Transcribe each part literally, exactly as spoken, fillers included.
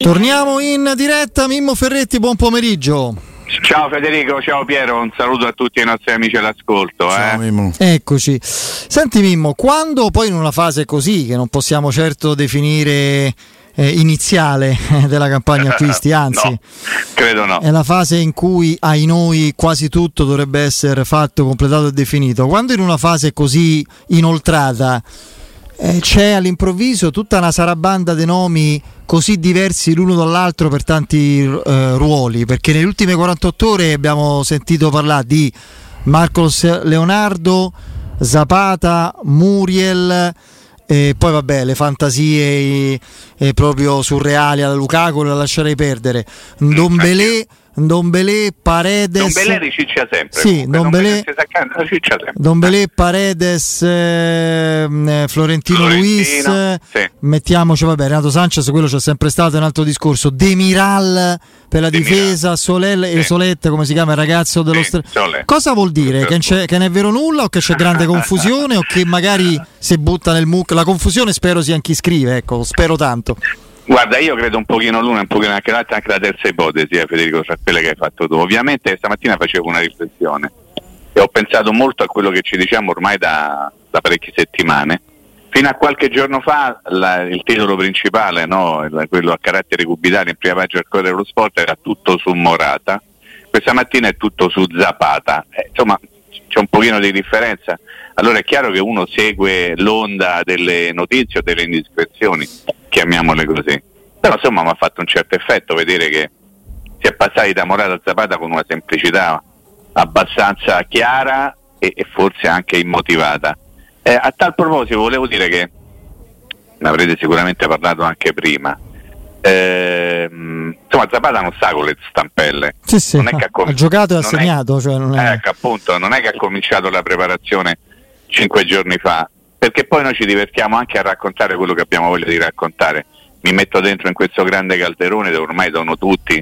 Torniamo in diretta, Mimmo Ferretti, buon pomeriggio. Ciao Federico, ciao Piero, un saluto a tutti i nostri amici all'ascolto. Ciao, eh. Mimmo. Eccoci. Senti Mimmo, quando poi in una fase così, che non possiamo certo definire eh, iniziale della campagna acquisti, anzi no, credo no. È la fase in cui ai noi quasi tutto dovrebbe essere fatto, completato e definito. Quando in una fase così inoltrata eh, c'è all'improvviso tutta una sarabanda di nomi così diversi l'uno dall'altro per tanti eh, ruoli, perché nelle ultime quarantotto ore abbiamo sentito parlare di Marcos Leonardo, Zapata, Muriel, e poi vabbè le fantasie eh, proprio surreali alla Lukaku le lascerei perdere, Ndombele, Ndombele, Paredes, Ndombele riciccia sempre. Sì, Ndombele, Ndombele, Paredes, eh, Florentino, Florentino Luis, sì. Mettiamoci vabbè Renato Sanchez, quello c'è sempre stato, è un altro discorso. Demiral per la Demiral. difesa, Solel e sì. Solette, come si chiama il ragazzo dello sì, stra... Cosa vuol dire? Che, c'è, che non è vero nulla, o che c'è grande confusione, o che magari si butta nel mucchio? La confusione spero sia in chi scrive, ecco, spero tanto. Guarda, io credo un pochino l'una, un pochino anche l'altra, anche la terza ipotesi, eh, Federico, cioè quelle che hai fatto tu. Ovviamente stamattina facevo una riflessione e ho pensato molto a quello che ci diciamo ormai da, da parecchie settimane. Fino a qualche giorno fa la, il titolo principale, no, il, quello a carattere cubitale in prima pagina del Corriere dello Sport, era tutto su Morata. Questa mattina è tutto su Zapata. Eh, insomma, c'è un pochino di differenza. Allora è chiaro che uno segue l'onda delle notizie o delle indiscrezioni, chiamiamole così. Però insomma mi ha fatto un certo effetto vedere che si è passati da Morata a Zapata con una semplicità abbastanza chiara e, e forse anche immotivata. Eh, a tal proposito volevo dire che, ne avrete sicuramente parlato anche prima, eh, insomma Zapata non sta con le stampelle, sì, sì, non è che ha, com- ha giocato e ha non segnato, è, cioè non è... Ecco, appunto, non è che ha cominciato la preparazione cinque giorni fa, perché poi noi ci divertiamo anche a raccontare quello che abbiamo voglia di raccontare. Mi metto dentro in questo grande calderone dove ormai sono tutti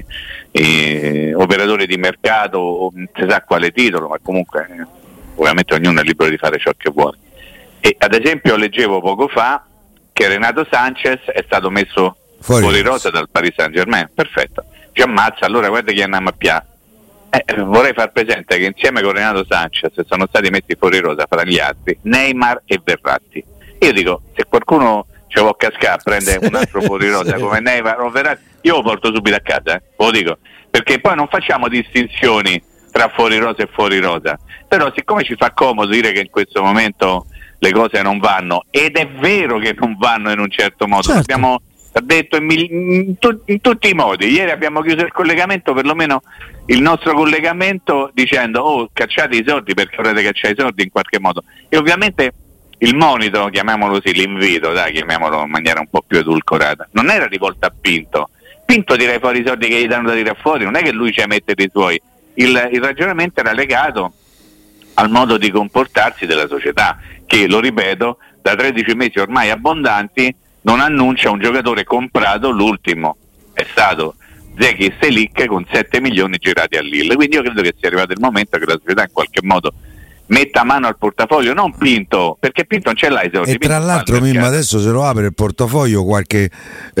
eh, operatori di mercato, o non si sa quale titolo, ma comunque eh, ovviamente ognuno è libero di fare ciò che vuole. E ad esempio leggevo poco fa che Renato Sanchez è stato messo fuori, fuori rosa dal Paris Saint-Germain. Perfetto, ci ammazza, allora guarda chi andiamo a pià. Eh, vorrei far presente che insieme con Renato Sanchez sono stati messi fuori rosa fra gli altri Neymar e Verratti. Io dico, se qualcuno ci vuol cascare, prende un altro fuori rosa sì. come Neymar o Verratti, io lo porto subito a casa, eh, ve lo dico, perché poi non facciamo distinzioni tra fuori rosa e fuori rosa. Però siccome ci fa comodo dire che in questo momento le cose non vanno, ed è vero che non vanno in un certo modo, certo. L'abbiamo detto in, in, tu, in tutti i modi. Ieri abbiamo chiuso il collegamento, perlomeno il nostro collegamento, dicendo oh cacciate i soldi perché vorrete cacciare i soldi in qualche modo. E ovviamente il monito, chiamiamolo così, l'invito, dai, chiamiamolo in maniera un po' più edulcorata, non era rivolto a Pinto. Pinto tira fuori i soldi che gli danno da tirare fuori, non è che lui ci mette dei suoi. Il, il ragionamento era legato al modo di comportarsi della società, che, lo ripeto, da tredici mesi ormai abbondanti non annuncia un giocatore comprato. L'ultimo è stato Zeki Selic con sette milioni girati a Lille. Quindi io credo che sia arrivato il momento che la società in qualche modo metta mano al portafoglio, non Pinto, perché Pinto non ce l'ha i soldi. E tra l'altro Mimmo adesso se lo apre il portafoglio qualche,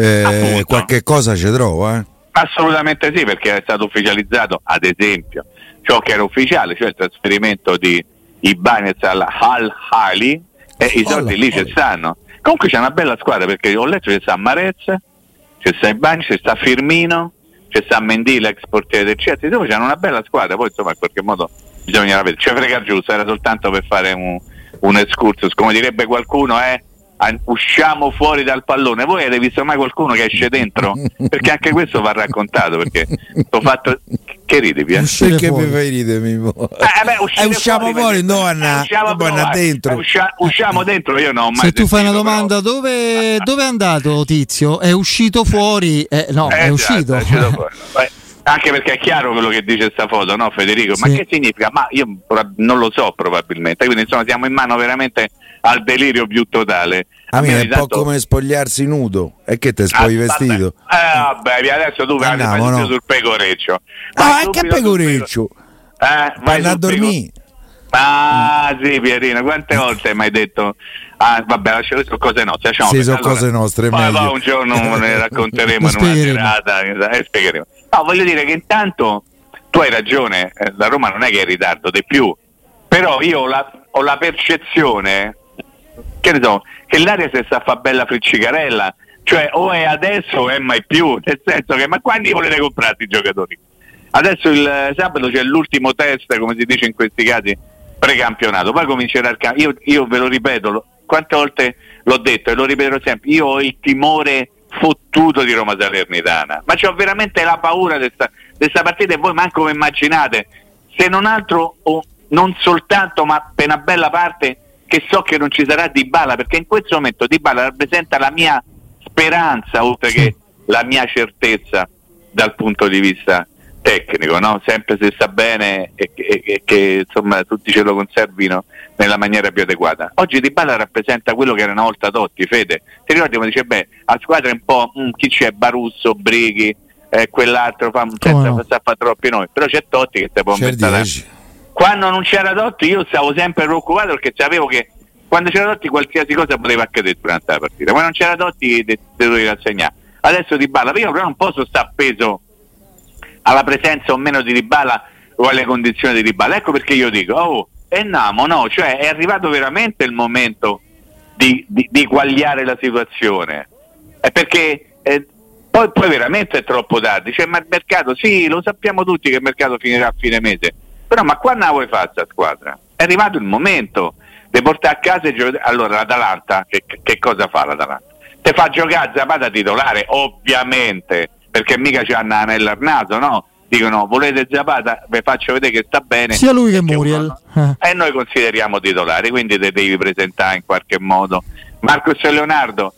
eh, qualche cosa ci trova, eh? Assolutamente sì, perché è stato ufficializzato, ad esempio, ciò che era ufficiale, cioè il trasferimento di Ibanez all'Al-Ahly, e i soldi lì ci stanno. Comunque c'è una bella squadra, perché ho letto che c'è sta Marez, c'è sta Ibanez, c'è sta Firmino, c'è sta Mendy, l'ex portiere del Chelsea, dove c'è una bella squadra. Poi insomma in qualche modo bisogna vedere, ci frega giusto, era soltanto per fare un, un excursus, come direbbe qualcuno, eh, usciamo fuori dal pallone. Voi avete visto mai qualcuno che esce dentro? Perché anche questo va raccontato, perché ho fatto... Che ridi, Pia? Perché mi fai ridere, Mimmo? Eh, beh, eh, usciamo fuori, fuori no, Anna, usciamo, no, dentro. Uscia, usciamo dentro, io non ho mai Se tu fai una sentito, domanda, però... dove, dove è andato Tizio? È uscito fuori? Eh, no, eh, è uscito. È uscito fuori. Anche perché è chiaro quello che dice sta foto, no Federico? Sì. Ma che significa? Ma io non lo so probabilmente, quindi insomma siamo in mano veramente al delirio più totale. A me è un po' come spogliarsi nudo, e che te spogli ah, vestito? Eh vabbè, adesso tu vai no. sul pecoreccio. Ah, che pecoreccio? Eh, vai a dormire. Ah sì, Pierino, quante volte hai mai detto ah vabbè, lasciamo, sono cose nostre, lasciamo sì, sono allora, cose nostre, poi, meglio. poi un giorno ne racconteremo in una serata e spiegheremo. No, voglio dire che intanto tu hai ragione, eh, la Roma non è che è in ritardo di più, però io ho la, ho la percezione che ne so, che l'aria si sta a fa bella friccicarella, cioè o è adesso o è mai più, nel senso che ma quando volete comprare i giocatori? Adesso il sabato c'è l'ultimo test, come si dice in questi casi, precampionato, poi comincerà il campionato. Io, io ve lo ripeto, lo, quante volte l'ho detto e lo ripeterò sempre, io ho il timore fottuto di Roma Salernitana, ma c'ho veramente la paura di questa partita, e voi manco vi immaginate, se non altro o non soltanto, ma per una bella parte che so che non ci sarà Dybala, perché in questo momento Dybala rappresenta la mia speranza oltre che la mia certezza dal punto di vista tecnico, no? Sempre se sta bene e, e, e che insomma tutti ce lo conservino nella maniera più adeguata. Oggi Dybala rappresenta quello che era una volta Totti, Fede. Ti ricordi come dice beh, a squadra è un po' mh, chi c'è? Barusso, Brighi, eh, quell'altro fa senza no. fa troppi noi, però c'è Totti che te può mettere. Quando non c'era Totti io stavo sempre preoccupato perché sapevo che quando c'era Totti qualsiasi cosa poteva accadere durante la partita, quando non c'era Totti te, te dovevi rassegnare. Adesso Dybala, io però un po' sono sta appeso alla presenza o meno di Dybala o alle condizioni di Dybala, ecco perché io dico oh, e namo, no, cioè è arrivato veramente il momento di, di, di quagliare la situazione, è perché eh, poi, poi veramente è troppo tardi, cioè ma il mercato, sì, lo sappiamo tutti che il mercato finirà a fine mese, però ma quando la vuoi fare questa squadra? È arrivato il momento di portare a casa i giocatori. Allora l'Atalanta che, che cosa fa l'Atalanta? Te fa giocare Zapata titolare, ovviamente, perché mica c'è hanno anello al naso, no? Dicono volete Zapata, vi faccio vedere che sta bene sia lui che Muriel uno, eh. e noi consideriamo titolari, quindi te devi presentare in qualche modo. Marcos e Leonardo,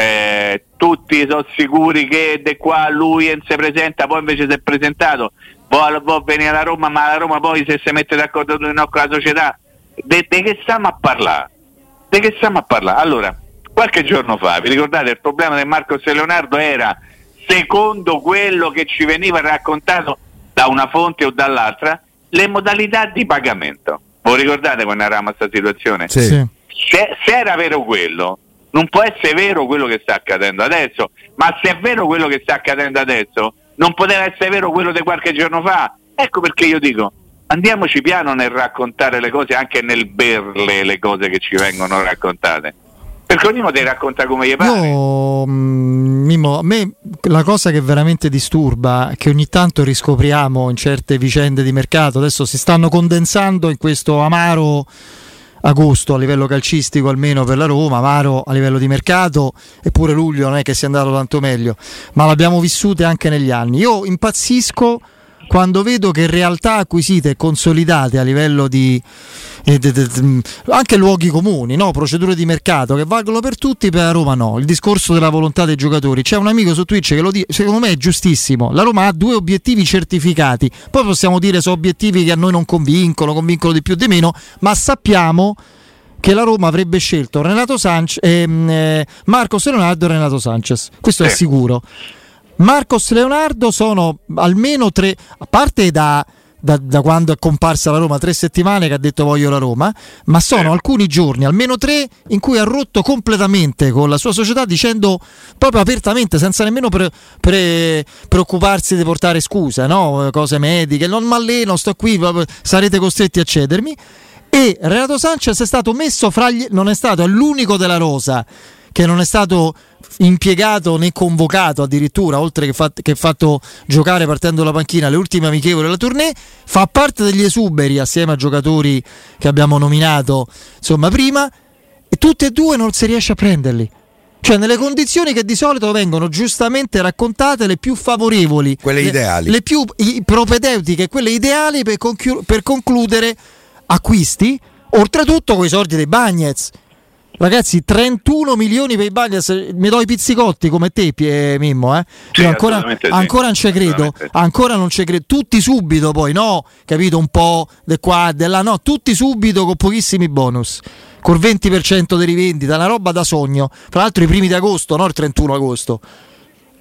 eh, tutti sono sicuri che de qua lui non si presenta, poi invece si è presentato, vuole, vuole venire alla Roma, ma la Roma poi se si mette d'accordo con la società, di che stiamo a parlare? Di che stiamo a parlare? Allora, qualche giorno fa, vi ricordate, il problema di Marcos e Leonardo era, secondo quello che ci veniva raccontato da una fonte o dall'altra, le modalità di pagamento. Voi ricordate quando eravamo a questa situazione? Sì. Se, se era vero quello, non può essere vero quello che sta accadendo adesso, ma se è vero quello che sta accadendo adesso, non poteva essere vero quello di qualche giorno fa. Ecco perché io dico, andiamoci piano nel raccontare le cose, anche nel berle le cose che ci vengono raccontate. Perché ognuno ti racconta come gli pare. Io, Mimmo, a me la cosa che veramente disturba, che ogni tanto riscopriamo in certe vicende di mercato, adesso si stanno condensando in questo amaro agosto a livello calcistico, almeno per la Roma, amaro a livello di mercato, eppure luglio non è che sia andato tanto meglio, ma l'abbiamo vissute anche negli anni. Io impazzisco quando vedo che realtà acquisite e consolidate a livello di eh, de, de, de, anche luoghi comuni, no? Procedure di mercato che valgono per tutti, per la Roma no. Il discorso della volontà dei giocatori, c'è un amico su Twitch che lo dice, secondo me è giustissimo, la Roma ha due obiettivi certificati, poi possiamo dire sono obiettivi che a noi non convincono, convincono di più o di meno, ma sappiamo che la Roma avrebbe scelto Renato Sanchez, ehm, eh, Marcos Leonardo e Renato Sanchez, questo sì. è sicuro. Marcos Leonardo sono almeno tre, a parte da, da, da quando è comparsa la Roma, tre settimane che ha detto voglio la Roma, ma sono eh. alcuni giorni, almeno tre, in cui ha rotto completamente con la sua società dicendo proprio apertamente, senza nemmeno pre, pre, preoccuparsi di portare scuse, no? Cose mediche, non mi alleno, sto qui, sarete costretti a cedermi. E Renato Sanchez è stato messo fra gli, non è stato, è l'unico della rosa che non è stato impiegato né convocato addirittura, oltre che, fat- che fatto giocare partendo dalla panchina le ultime amichevoli della tournée, fa parte degli esuberi assieme a giocatori che abbiamo nominato insomma prima, e tutti e due non si riesce a prenderli, cioè nelle condizioni che di solito vengono giustamente raccontate, le più favorevoli, quelle le, ideali, le più i, propedeutiche, quelle ideali per, conchi- per concludere acquisti, oltretutto con i soldi dei Bagnez. Ragazzi, trentuno milioni per i Bagnez, mi do i pizzicotti come te, Pie, Mimmo, eh? Sì, ancora, sì, ancora non ci credo, ancora non ci credo, tutti subito poi, no? Capito, un po' di qua e di là, no, tutti subito con pochissimi bonus, col venti per cento di rivendita, una roba da sogno, tra l'altro i primi di agosto, no il trentuno agosto.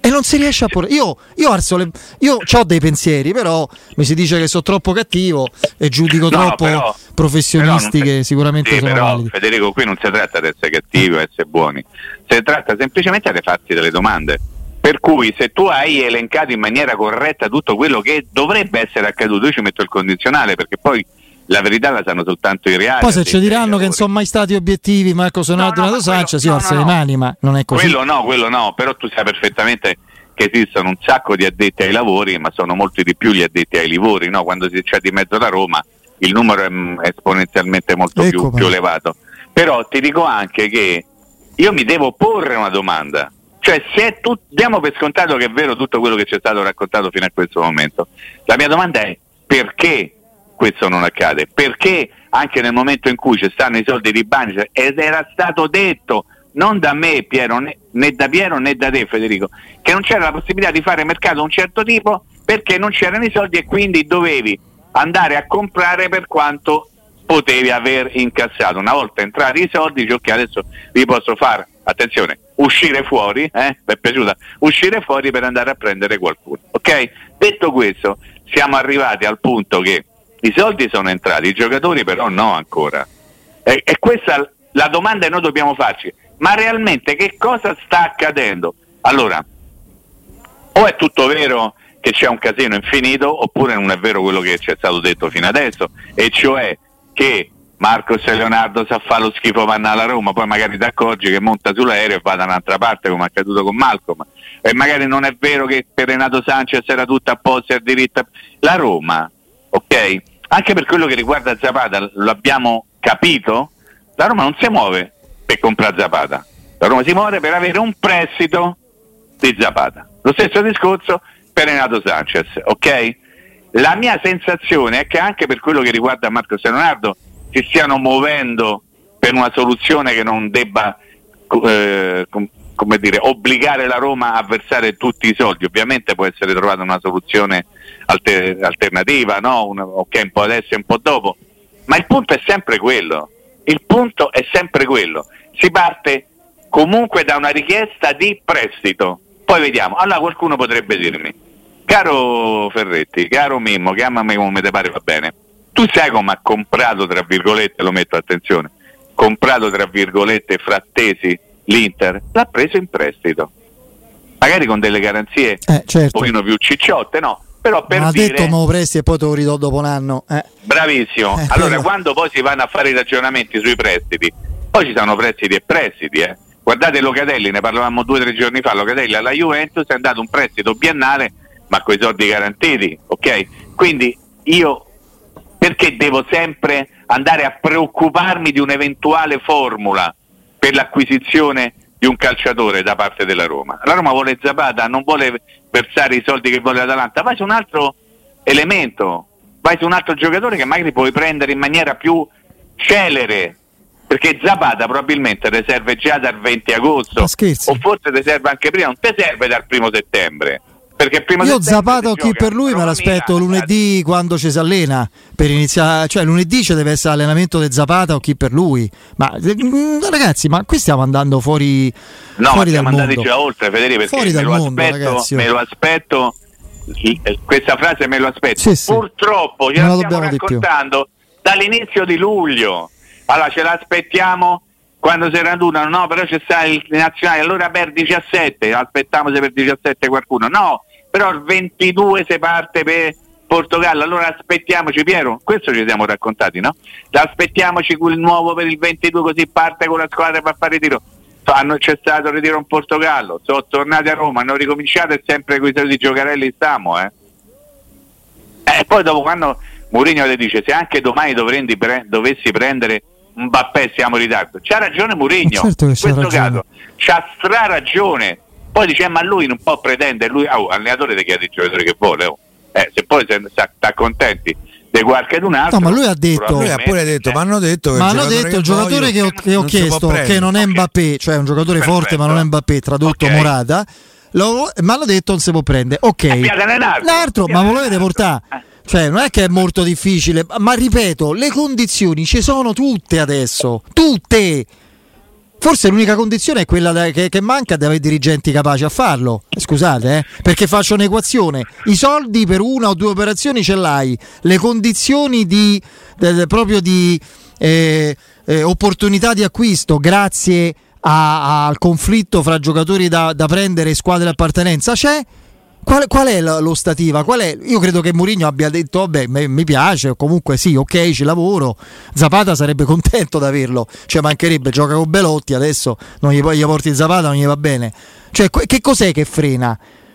E non si riesce a porre. Io, io alzo le. Io ho dei pensieri, però mi si dice che sono troppo cattivo e giudico no, troppo però, professionisti però che sicuramente sì, sono però, validi. Federico, qui non si tratta di essere cattivi o essere buoni, si tratta semplicemente di farsi delle domande. Per cui se tu hai elencato in maniera corretta tutto quello che dovrebbe essere accaduto, io ci metto il condizionale, perché poi la verità la sanno soltanto i reali. Poi se ci diranno che non sono mai stati obiettivi Marco Sonato e Renato Sanchez, io alzo le mani, ma non è così. Quello no, quello no, però tu sai perfettamente che esistono un sacco di addetti ai lavori, ma sono molti di più gli addetti ai livori, no? Quando si c'è di mezzo la Roma il numero è esponenzialmente molto ecco più, più elevato. Però ti dico anche che io mi devo porre una domanda. Cioè, se tu, diamo per scontato che è vero tutto quello che ci è stato raccontato fino a questo momento, la mia domanda è: perché questo non accade? Perché anche nel momento in cui ci stanno i soldi di Banca, ed era stato detto non da me Piero, né, né da Piero né da te Federico, che non c'era la possibilità di fare mercato di un certo tipo perché non c'erano i soldi e quindi dovevi andare a comprare per quanto potevi aver incassato. Una volta entrati i soldi, dici ok, adesso vi posso far, attenzione, uscire fuori, eh? Mi è piaciuta, uscire fuori per andare a prendere qualcuno, ok? Detto questo, siamo arrivati al punto che i soldi sono entrati, i giocatori però no ancora. E, e questa la domanda che noi dobbiamo farci: ma realmente che cosa sta accadendo? Allora, o è tutto vero che c'è un casino infinito, oppure non è vero quello che ci è stato detto fino adesso, e cioè che Marcos e Leonardo sa fare lo schifo, vanno alla Roma, poi magari ti accorgi che monta sull'aereo e va da un'altra parte, come è accaduto con Malcolm. E magari non è vero che per Renato Sanchez era tutto a posto e diritto. La Roma, ok, anche per quello che riguarda Zapata, lo abbiamo capito, la Roma non si muove per comprare Zapata, la Roma si muove per avere un prestito di Zapata. Lo stesso discorso per Renato Sanchez, ok? La mia sensazione è che anche per quello che riguarda Marcos e Leonardo si stiano muovendo per una soluzione che non debba eh, com- come dire, obbligare la Roma a versare tutti i soldi. Ovviamente può essere trovata una soluzione alter- alternativa, no? Una, ok, un po' adesso e un po' dopo, ma il punto è sempre quello. Il punto è sempre quello. Si parte comunque da una richiesta di prestito. Poi vediamo. Allora qualcuno potrebbe dirmi: caro Ferretti, caro Mimmo, chiamami come te pare, va bene, tu sai come ha comprato, tra virgolette, lo metto, attenzione, comprato tra virgolette frattesi l'Inter? L'ha preso in prestito, magari con delle garanzie eh, certo. un pochino più cicciotte, no? Però per ma dire, ha detto me lo presti e poi te lo ridò dopo un anno, eh. Bravissimo, eh, allora però... quando poi si vanno a fare i ragionamenti sui prestiti, poi ci sono prestiti e prestiti, eh. Guardate Locatelli, ne parlavamo due o tre giorni fa, Locatelli alla Juventus è andato un prestito biennale ma con i soldi garantiti, ok? Quindi io perché devo sempre andare a preoccuparmi di un'eventuale formula per l'acquisizione di un calciatore da parte della Roma? La Roma vuole Zapata, non vuole versare i soldi che vuole l'Atalanta, vai su un altro elemento, vai su un altro giocatore che magari puoi prendere in maniera più celere, perché Zapata probabilmente ti serve già dal venti agosto, o forse ti serve anche prima, non ti serve dal primo settembre. Perché prima io Zapata o chi per lui me l'aspetto lunedì quando ci si allena per iniziare, cioè lunedì ci deve essere allenamento di Zapata o chi per lui, ma ragazzi, ma qui stiamo andando fuori, no, fuori ma siamo dal andati mondo. già oltre, Federico, perché fuori me, dal lo mondo, aspetto, me lo aspetto questa frase me lo aspetto, sì, sì. Purtroppo ce la stiamo raccontando dall'inizio di luglio. Allora ce l'aspettiamo quando si radunano, no, però c'è stato il nazionale, allora per diciassette, aspettiamo se per diciassette qualcuno, no, però il ventidue si parte per Portogallo, allora aspettiamoci, Piero, questo ci siamo raccontati, no? Aspettiamoci quel nuovo per il ventidue, così parte con la squadra per fare ritiro. Hanno, c'è stato il ritiro in Portogallo, sono tornati a Roma, hanno ricominciato e sempre con i soliti giocarelli stiamo, eh. E poi dopo quando Mourinho le dice se anche domani dovresti pre- dovessi prendere Mbappé siamo in ritardo, c'ha ragione Mourinho, certo in questo ragione. caso c'ha stra ragione. Poi dice ma lui non può pretendere, lui oh, allenatore ti chiede il giocatore che vuole, oh. eh, se poi se sta contenti di qualche d'un altro. No, ma lui ha detto, lui ha pure detto, eh. ma hanno detto che ma il hanno giocatore detto il giocatore che ho, che ho non chiesto, che non è Mbappé, cioè un giocatore Perfetto. forte ma non è Mbappé, tradotto okay. Morata, lo, ma hanno detto non si può prendere, ok, l'altro, ma ve lo volete portare? Cioè non è che è molto difficile, ma ripeto, le condizioni ci sono tutte adesso, tutte. Forse l'unica condizione è quella da, che, che manca di avere dirigenti capaci a farlo. Scusate, eh, perché faccio un'equazione: i soldi per una o due operazioni ce l'hai, le condizioni di de, de, proprio di eh, eh, opportunità di acquisto grazie a, a, al conflitto fra giocatori da, da prendere e squadre di appartenenza c'è. Qual, qual è l'ostativa? Qual è? Io credo che Mourinho abbia detto vabbè, me, mi piace, o comunque sì, ok, ci lavoro. Zapata sarebbe contento di averlo, cioè mancherebbe, gioca con Belotti, adesso non gli, gli porti Zapata, non gli va bene. Cioè, che cos'è che frena?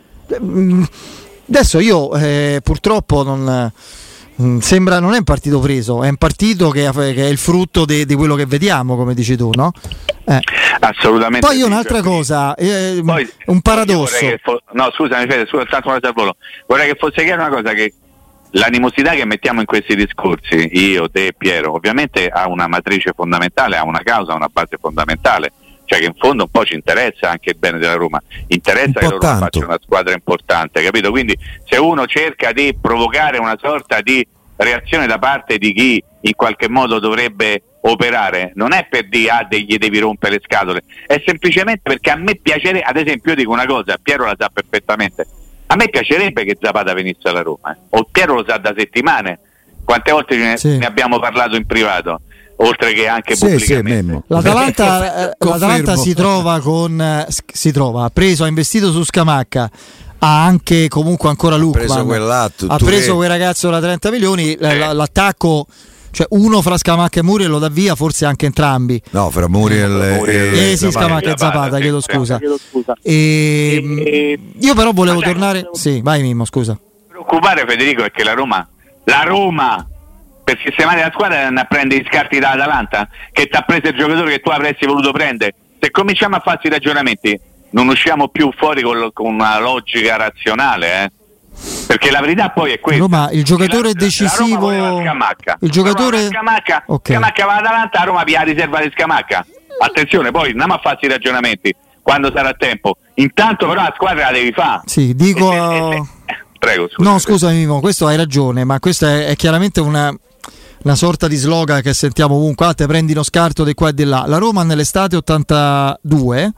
Adesso io eh, purtroppo non sembra, non è un partito preso, è un partito che, che è il frutto di quello che vediamo, come dici tu, no? Eh. Assolutamente. Poi un'altra cosa, eh, poi, un paradosso. Fo- no, scusami, Fede, scusa, tanto una al volo. Vorrei che fosse chiaro una cosa, che l'animosità che mettiamo in questi discorsi, io, te, Piero, ovviamente ha una matrice fondamentale, ha una causa, una base fondamentale, cioè che in fondo un po' ci interessa anche il bene della Roma, interessa che la Roma faccia una squadra importante, capito? Quindi se uno cerca di provocare una sorta di reazione da parte di chi in qualche modo dovrebbe operare, non è per dire ah, gli devi rompere le scatole, è semplicemente perché a me piacerebbe, ad esempio io dico una cosa, Piero la sa perfettamente, a me piacerebbe che Zapata venisse alla Roma, eh. o Piero lo sa da settimane, quante volte ne, sì. ne abbiamo parlato in privato, oltre che anche sì, pubblicamente. Sì, L'Atalanta, eh, l'Atalanta si trova con eh, si trova, ha preso, ha investito su Scamacca, ha anche comunque ancora Lukman, ha preso, quell'atto, ha preso quel ragazzo da trenta milioni, eh. l'attacco, cioè uno fra Scamacca e Muriel lo dà via, forse anche entrambi. No, fra Muriel e, e sì, Scamacca e Zapata, chiedo scusa. E, e, io però volevo cioè, tornare. Sì, vai Mimmo, scusa. Preoccupare Federico è che la Roma, la Roma per sistemare la squadra andare a prendere gli scarti dall'Atalanta, che ti ha preso il giocatore che tu avresti voluto prendere. Se cominciamo a farsi ragionamenti non usciamo più fuori con, con una logica razionale, eh? Perché la verità poi è questa. Roma, il giocatore la, decisivo, la Scamacca. Il giocatore Scamacca, okay. Scamacca va ad Atalanta, a Roma via riserva di Scamacca. Attenzione, poi andiamo a farsi ragionamenti quando sarà tempo. Intanto però la squadra la devi fare. Sì, dico e, e, e, prego, scusa. No, scusami Mimo, questo hai ragione, ma questa è, è chiaramente una una sorta di slogan che sentiamo ovunque, ah, te prendi uno scarto di qua e di là. La Roma nell'estate ottantadue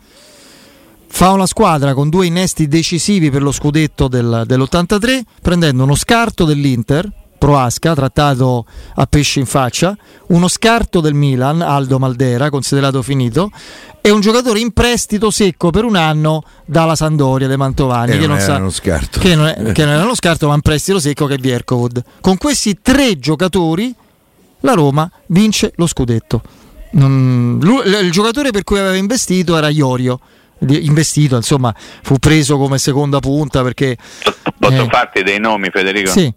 fa una squadra con due innesti decisivi per lo scudetto del, dell'ottantatré, prendendo uno scarto dell'Inter, Proasca, trattato a pesci in faccia, uno scarto del Milan, Aldo Maldera, considerato finito, e un giocatore in prestito secco per un anno dalla Sampdoria De Mantovani, che, che, non non era sa, uno scarto. Che, non è, che non era uno scarto, ma un prestito secco, che è Vierkovod. Con questi tre giocatori la Roma vince lo scudetto. Non, il giocatore per cui aveva investito era Iorio. Investito, insomma, fu preso come seconda punta perché posso eh, farti dei nomi, Federico? Sì.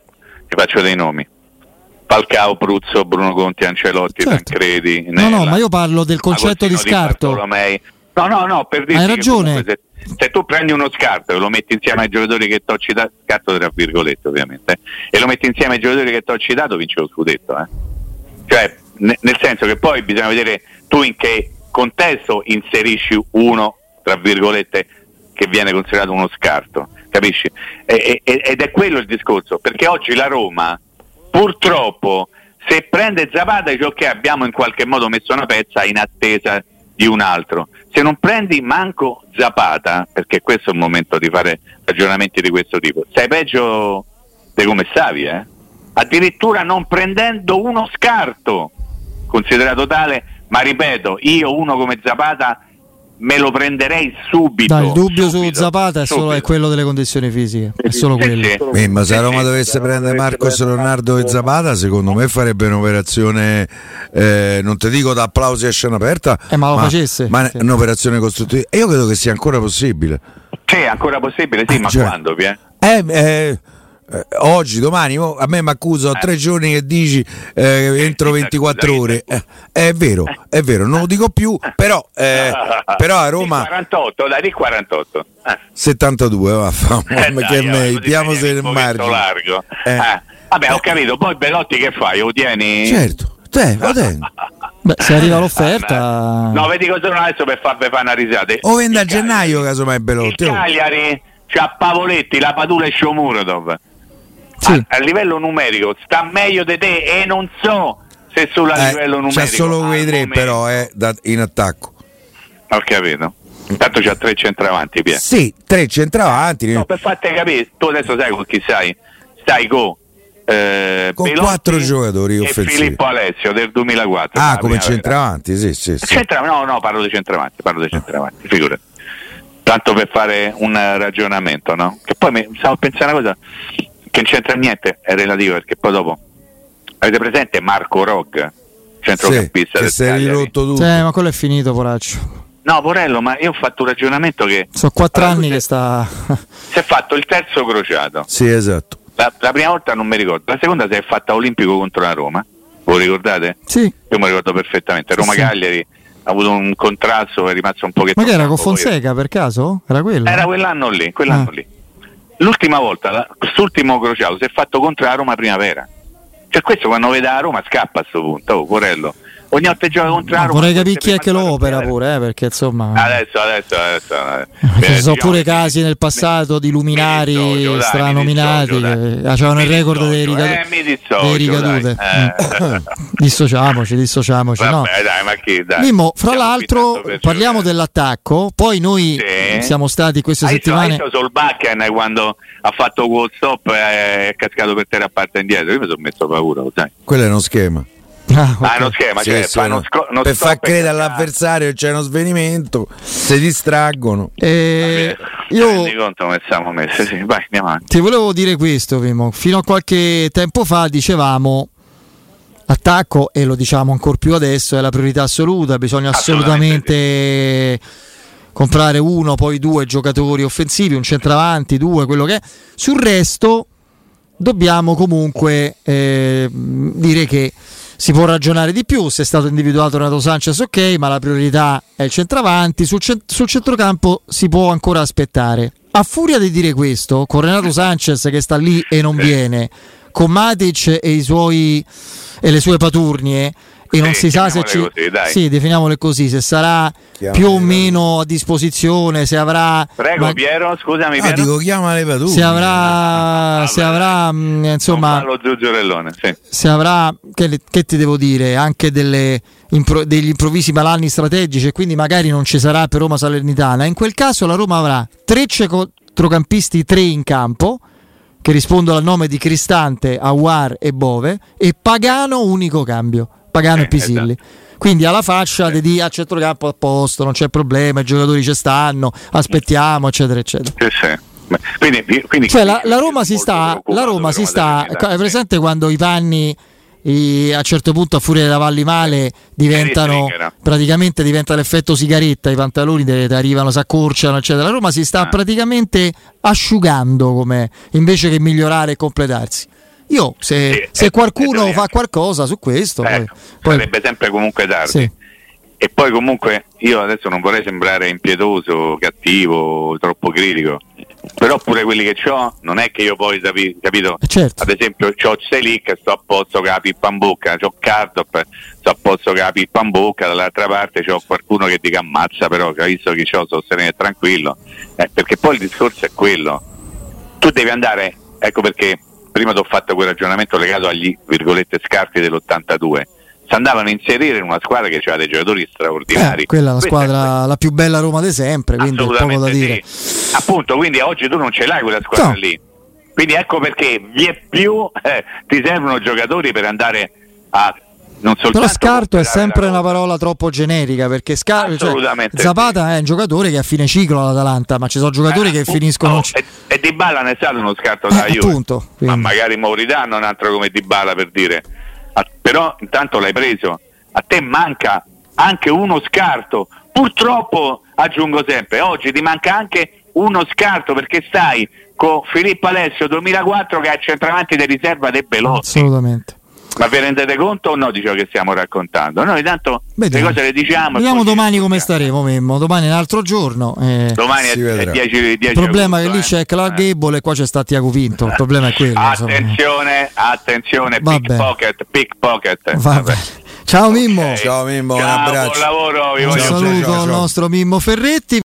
Ti faccio dei nomi: Falcao, Pruzzo, Bruno Conti, Ancelotti, certo. Tancredi. No, no, ma io parlo del concetto di scarto. Di no, no, no, per dirti hai ragione. Se, se tu prendi uno scarto e lo metti insieme ai giocatori che ti ho citato, scarto tra virgolette ovviamente, e lo metti insieme ai giocatori che ti ho citato, vince lo scudetto, eh? Cioè, ne, nel senso che poi bisogna vedere tu in che contesto inserisci uno, tra virgolette, che viene considerato uno scarto, capisci? E, e, ed è quello il discorso, perché oggi la Roma, purtroppo, se prende Zapata dice ok, abbiamo in qualche modo messo una pezza in attesa di un altro. Se non prendi manco Zapata, perché questo è il momento di fare ragionamenti di questo tipo, sei peggio di come stavi, eh? Addirittura non prendendo uno scarto considerato tale. Ma ripeto, io uno come Zapata me lo prenderei subito. Dai, il dubbio subito, su Zapata è, solo, è quello delle condizioni fisiche, è solo sì, quello. Sì. Eh, ma se Roma dovesse prendere Marcos Leonardo e Zapata, secondo me farebbe un'operazione, eh, non ti dico da applausi a scena aperta, eh, ma lo ma, facesse, ma sì. Un'operazione costruttiva. E io credo che sia ancora possibile. Sì, è ancora possibile, sì, eh, ma cioè, quando? Eh? Eh, eh, Eh, oggi, domani, oh, a me mi accuso a tre giorni che dici eh, entro ventiquattro ore. Eh, è vero, è vero, non lo dico più, però, eh, però a Roma quarantotto, dai, di quarantotto. Eh. settantadue, vaffa, eh, che me piamo se il margine. Largo. Eh. Eh. Vabbè, ho capito, poi Belotti che fai? Lo tieni? Certo, te, lo tengo. Beh, se arriva l'offerta. No, vedi cosa non adesso per farvi fare una risata. O vende a gennaio, casomai Belotti. Il Cagliari c'ha Pavoletti, la Padula e Shomurodov. Sì. A, a livello numerico sta meglio di te e non so se solo a eh, livello numerico c'è solo quei tre momento. Però eh, da, in attacco Ho capito. Intanto c'ha tre centravanti, Pier. Sì, tre centravanti. No, per farti capire, tu adesso sai con chi stai? Stai con eh, con Belotti quattro giocatori e offensivi. Filippo Alessio del duemilaquattro. Ah, come centravanti, sì, sì, sì. Centra... No, no, parlo di centravanti, parlo di centravanti, figurati. Tanto per fare un ragionamento, no? Che poi mi stavo a pensare una cosa che non c'entra niente, è relativo, perché poi dopo avete presente Marco Rog, centrocampista sì, del che si è ridotto tutto. Sì, ma quello è finito, poraccio. No, Porello, ma io ho fatto un ragionamento che sono quattro allora, anni che sta si è fatto il terzo crociato. Sì, esatto. La, la prima volta non mi ricordo, la seconda si è fatta olimpico contro la Roma. Voi ricordate? Sì. Io mi ricordo perfettamente. Roma Cagliari sì. Ha avuto un contrasto, è rimasto un pochettino. Ma che era con Fonseca per caso? Era quello? Era quell'anno lì, quell'anno ah. lì. L'ultima volta, la, quest'ultimo crociato si è fatto contro la Roma primavera. Cioè questo quando vede la Roma scappa a sto punto, oh, Porello. Ogni volta gioca contro la Roma. Vorrei capire chi è che lo opera pure, eh, perché insomma. Adesso, adesso, adesso. Perché ci sono pure casi nel passato di luminari dissocio, stranominati dai, che avevano il record delle, ricadu- eh, dissocio, delle ricadute. Eh. Dissociamoci, dissociamoci. Vabbè, no. dai, ma chi, dai. Mimmo, fra l'altro, parliamo dell'attacco. Poi noi sì. siamo stati queste hai settimane. Hai Solbakken quando ha fatto quel stop e è cascato per terra a parte indietro. Io mi sono messo paura, sai. Quello è uno schema. Ah, okay. ah, uno schema, sì, cioè, sì, fa no. uno sco- uno per far credere all'avversario che c'è uno svenimento, si distraggono. Eh, Vabbè, io rendi conto come siamo messi, sì, vai, andiamo avanti. Ti volevo dire questo, Mimmo. Fino a qualche tempo fa dicevamo attacco, e lo diciamo ancora più adesso, è la priorità assoluta, bisogna assolutamente, assolutamente sì. comprare uno, poi due giocatori offensivi, un centravanti, due, quello che è. Sul resto dobbiamo comunque eh, dire che si può ragionare di più. Se è stato individuato Renato Sanchez, ok, ma la priorità è il centravanti. Sul, cent- sul centrocampo si può ancora aspettare. A furia di dire questo, con Renato Sanchez che sta lì e non viene, con Matic e i suoi e le sue paturnie, e non sì, si sa se ci così, dai. sì, definiamole così, se sarà più o meno a disposizione, se avrà prego ma... Piero, scusami ah, Piero. dico chiama le pature. Se avrà ah, se avrà mh, insomma lo zuzzurellone, sì. Se avrà che, che ti devo dire, anche delle impro, degli improvvisi malanni strategici, e quindi magari non ci sarà per Roma Salernitana. In quel caso la Roma avrà tre centrocampisti, tre in campo, che rispondono al nome di Cristante, Aouar e Bove, e Pagano unico cambio, Pagano eh, e Pisilli. Esatto. Quindi alla fascia eh. di a centrocampo a posto, non c'è problema, i giocatori ci stanno, aspettiamo, eccetera, eccetera. Sì, sì. Quindi, quindi cioè la, la Roma si sta, la Roma si sta, è presente quando i panni i, a un certo punto a furia di lavarli male diventano praticamente diventa l'effetto sigaretta, i pantaloni te, te arrivano, si accorciano, eccetera. La Roma si sta ah. praticamente asciugando, come invece che migliorare e completarsi. Io se, sì, se qualcuno fa qualcosa su questo eh, poi, sarebbe sempre comunque tardi. Sì. E poi comunque io adesso non vorrei sembrare impietoso, cattivo, troppo critico, però pure quelli che ho non è che io poi capi, capito? Certo. Ad esempio c'ho Selic, sto a posto che la pippa in bocca, c'ho Cardop, sto a posto che la pippa in bocca, dall'altra parte c'ho qualcuno che dica ammazza, però visto che c'ho sono sereno e tranquillo, eh, perché poi il discorso è quello, tu devi andare, ecco perché prima ti ho fatto quel ragionamento legato agli virgolette scarti dell'ottantadue. Si andavano a inserire in una squadra che aveva dei giocatori straordinari. Eh, quella è la squadra, è la più bella Roma di sempre, quindi è poco da dire. Sì. Appunto, quindi oggi tu non ce l'hai quella squadra no. lì. Quindi ecco perché vi è più eh, ti servono giocatori per andare a non soltanto. Però scarto è sempre una parola troppo generica, perché scar- cioè, Zapata sì. è un giocatore che a fine ciclo all'Atalanta, ma ci sono giocatori eh, che appunto, finiscono. No, e, e Dybala ne è stato uno scarto da eh, Juve. Appunto, ma magari Mauritano, un altro come Dybala, per dire. A, però intanto l'hai preso, a te manca anche uno scarto, purtroppo aggiungo sempre, oggi ti manca anche uno scarto perché stai con Filippo Alessio duemilaquattro che è centravanti di riserva dei Belotti. Assolutamente. Ma vi rendete conto o no di ciò che stiamo raccontando? Noi tanto Vediamo. le cose le diciamo. Vediamo domani come staremo, Memmo. Domani è un altro giorno. Eh. Domani è dieci Il problema è che lì c'è Clark eh. Gable e qua c'è sta Tiago Pinto. Il problema è quello. Attenzione, insomma. attenzione, pickpocket, pickpocket. Vabbè. Ciao Mimmo. Okay. Ciao Mimmo, ciao, un abbraccio. Buon lavoro, vi un voglio saluto ciao, ciao, ciao. al nostro Mimmo Ferretti.